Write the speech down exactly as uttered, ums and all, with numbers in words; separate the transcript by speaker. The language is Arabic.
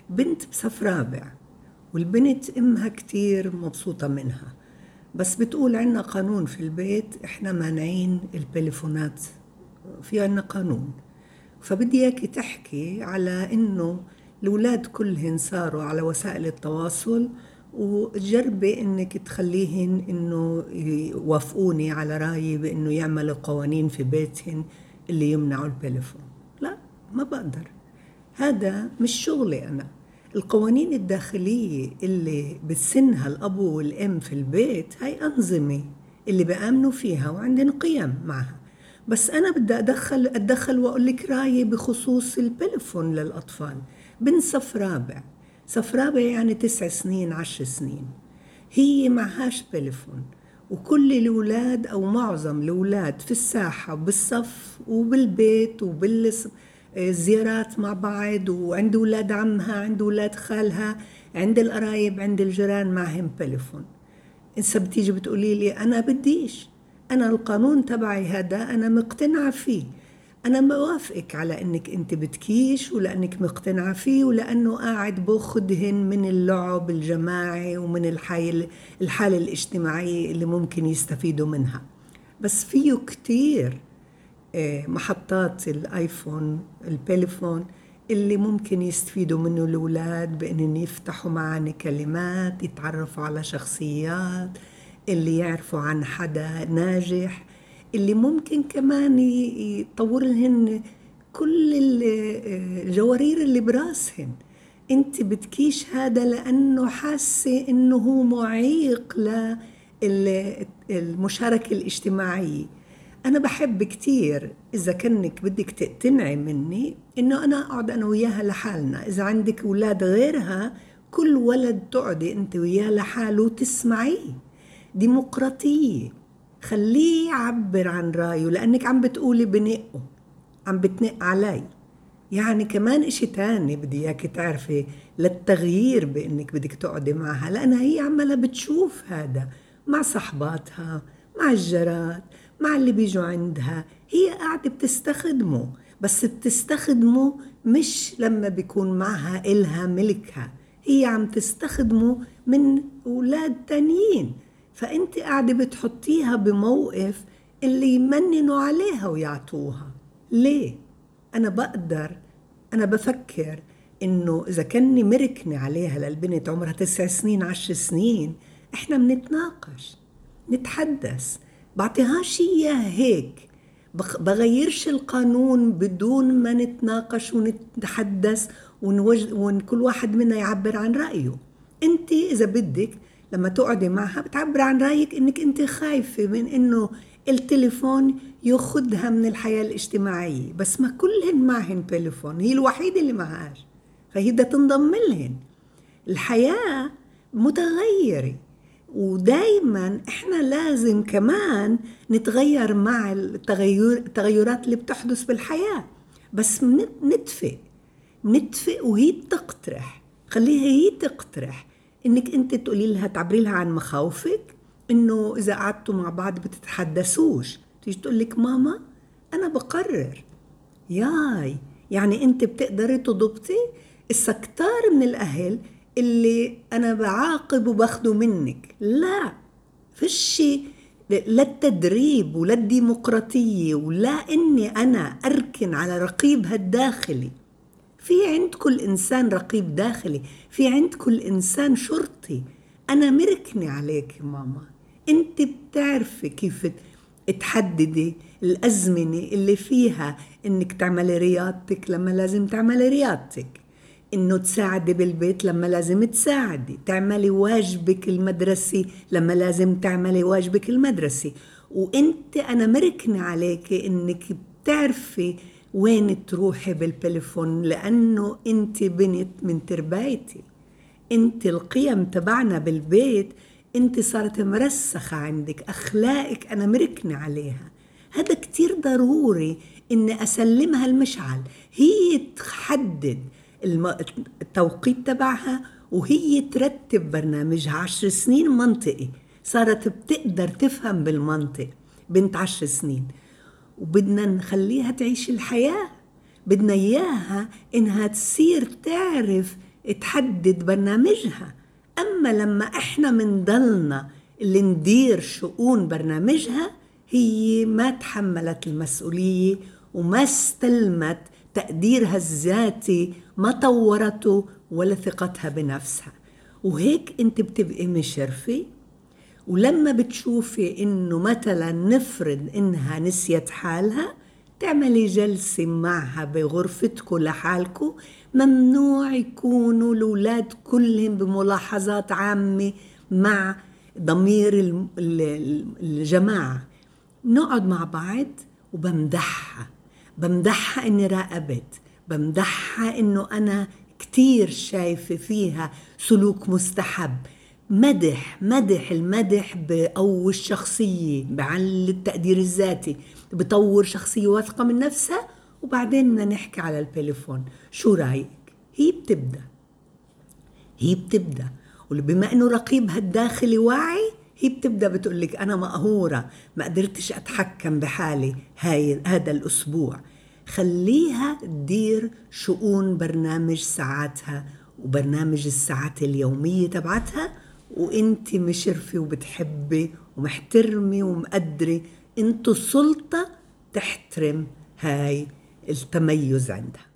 Speaker 1: بنت بصف رابع، والبنت امها كتير مبسوطة منها، بس بتقول عنا قانون في البيت، احنا مانعين البليفونات، في عنا قانون. فبدي اياكي تحكي على انه الأولاد كلهن صاروا على وسائل التواصل، وتجربي انك تخليهن انه يوافقوني على رأيي بانه يعملوا قوانين في بيتهن اللي يمنعوا البليفون. لا، ما بقدر، هذا مش شغلي أنا. القوانين الداخلية اللي بتسنها الأب والأم في البيت هاي أنظمة اللي بآمنوا فيها وعندن قيم معها، بس أنا بدي أدخل أتدخل وأقول لك رأيي بخصوص البليفون للأطفال. بنت صف رابع، صف رابع يعني تسع سنين عشر سنين، هي معهاش بليفون، وكل الأولاد أو معظم الأولاد في الساحة بالصف وبالبيت وبالزيارات مع بعض، وعند أولاد عمها، عند أولاد خالها، عند القرايب، عند الجيران معهم بليفون. إنسا بتيجي بتقولي لي أنا بديش، أنا القانون تبعي هذا أنا مقتنعة فيه، أنا موافقك على أنك أنت بتكيش ولأنك مقتنعة فيه ولأنه قاعد بأخذهن من اللعب الجماعي ومن الحالة الحالة الاجتماعية اللي ممكن يستفيدوا منها. بس فيه كتير محطات الآيفون البليفون اللي ممكن يستفيدوا منه الأولاد بأنهم يفتحوا معاني كلمات، يتعرفوا على شخصيات، اللي يعرفوا عن حدا ناجح، اللي ممكن كمان يطور لهن كل الجوارير اللي براسهن. انت بتكيش هذا لأنه حاسة انه هو معيق للمشاركة الاجتماعية. أنا بحب كتير إذا كنك بدك تقتنعي مني إنه أنا أقعد أنا وياها لحالنا، إذا عندك أولاد غيرها كل ولد تقعدي أنت وياه لحاله وتسمعيه، ديمقراطية، خليه يعبر عن رأيه، لأنك عم بتقولي بنقه، عم بتنق علي. يعني كمان إشي تاني بدي إياكي تعرفي للتغيير بإنك بدك تقعدي معها، لأنها هي عمالة بتشوف هذا مع صحباتها، مع الجارات، مع اللي بيجوا عندها، هي قاعدة بتستخدمه، بس بتستخدمه مش لما بيكون معها إلها ملكها، هي عم تستخدمه من أولاد تانيين، فأنت قاعدة بتحطيها بموقف اللي يمننوا عليها ويعطوها. ليه؟ أنا بقدر، أنا بفكر إنه إذا كني مركني عليها للبنت عمرها تسع سنين عشر سنين، إحنا منتناقش نتحدث، بعطيهاش إياه هيك، بغيرش القانون بدون ما نتناقش ونتحدث ونوج... وكل واحد منا يعبر عن رأيه. أنت إذا بدك لما تقعدي معها بتعبر عن رأيك إنك أنت خايفة من إنه التليفون ياخدها من الحياة الاجتماعية، بس ما كلهن معهن تليفون، هي الوحيدة اللي معهاش، فهي بدها تنضم لهن. الحياة متغيرة، ودايما احنا لازم كمان نتغير مع التغير التغيرات اللي بتحدث بالحياة، بس نتفق نتفق وهي تقترح، خليها هي تقترح، انك انت تقولي لها، تعبري لها عن مخاوفك، انه اذا قعدتوا مع بعض بتتحدثوش، تيجي تقول لك ماما انا بقرر. ياي يعني انت بتقدري تضبطي؟ السكتار من الاهل اللي أنا بعاقب وباخده منك، لا فيش، لا التدريب ولا الديمقراطية ولا إني أنا أركن على رقيبها الداخلي. في عند كل إنسان رقيب داخلي، في عند كل إنسان شرطي. أنا مركني عليك ماما، أنت بتعرفي كيف تحددي الأزمنة اللي فيها إنك تعملي رياضتك لما لازم تعملي رياضتك، إنه تساعدي بالبيت لما لازم تساعدي، تعملي واجبك المدرسي لما لازم تعملي واجبك المدرسي. وإنت أنا مركني عليك إنك بتعرفي وين تروحي بالتليفون، لأنه إنت بنت من تربايتي، إنت القيم تبعنا بالبيت إنت صارت مرسخة عندك، أخلاقك أنا مركني عليها. هذا كتير ضروري إني أسلمها المشعل، هي تحدد التوقيت تبعها وهي ترتب برنامجها. عشر سنين منطقي، صارت بتقدر تفهم بالمنطق، بنت عشر سنين، وبدنا نخليها تعيش الحياة، بدنا إياها إنها تصير تعرف تحدد برنامجها. أما لما إحنا منضلنا اللي ندير شؤون برنامجها، هي ما تحملت المسؤولية وما استلمت تقديرها الذاتي، ما طورته ولا ثقتها بنفسها، وهيك انت بتبقي مشرفة. ولما بتشوفي انه مثلا نفرض انها نسيت حالها، تعملي جلسة معها بغرفتكم لحالكم. ممنوع يكونوا الأولاد كلهم بملاحظات عامة مع ضمير الجماعة. نقعد مع بعض وبمدحها، بمدحها اني راقبت، بمدحها انه انا كتير شايفة فيها سلوك مستحب. مدح مدح المدح بقوي الشخصية، بعلي التقدير الذاتي، بطور شخصية واثقة من نفسها. وبعدين بدنا نحكي على التليفون، شو رايك؟ هي بتبدأ هي بتبدأ وبما انه رقيبها الداخلي واعي، هي بتبدأ بتقولك أنا مقهورة، ما قدرتش أتحكم بحالي هاي هذا الأسبوع. خليها تدير شؤون برنامج ساعاتها وبرنامج الساعات اليومية تبعتها، وانت مشرفة وبتحبي ومحترمي ومقدري. انتو سلطة تحترم هاي التميز عندها.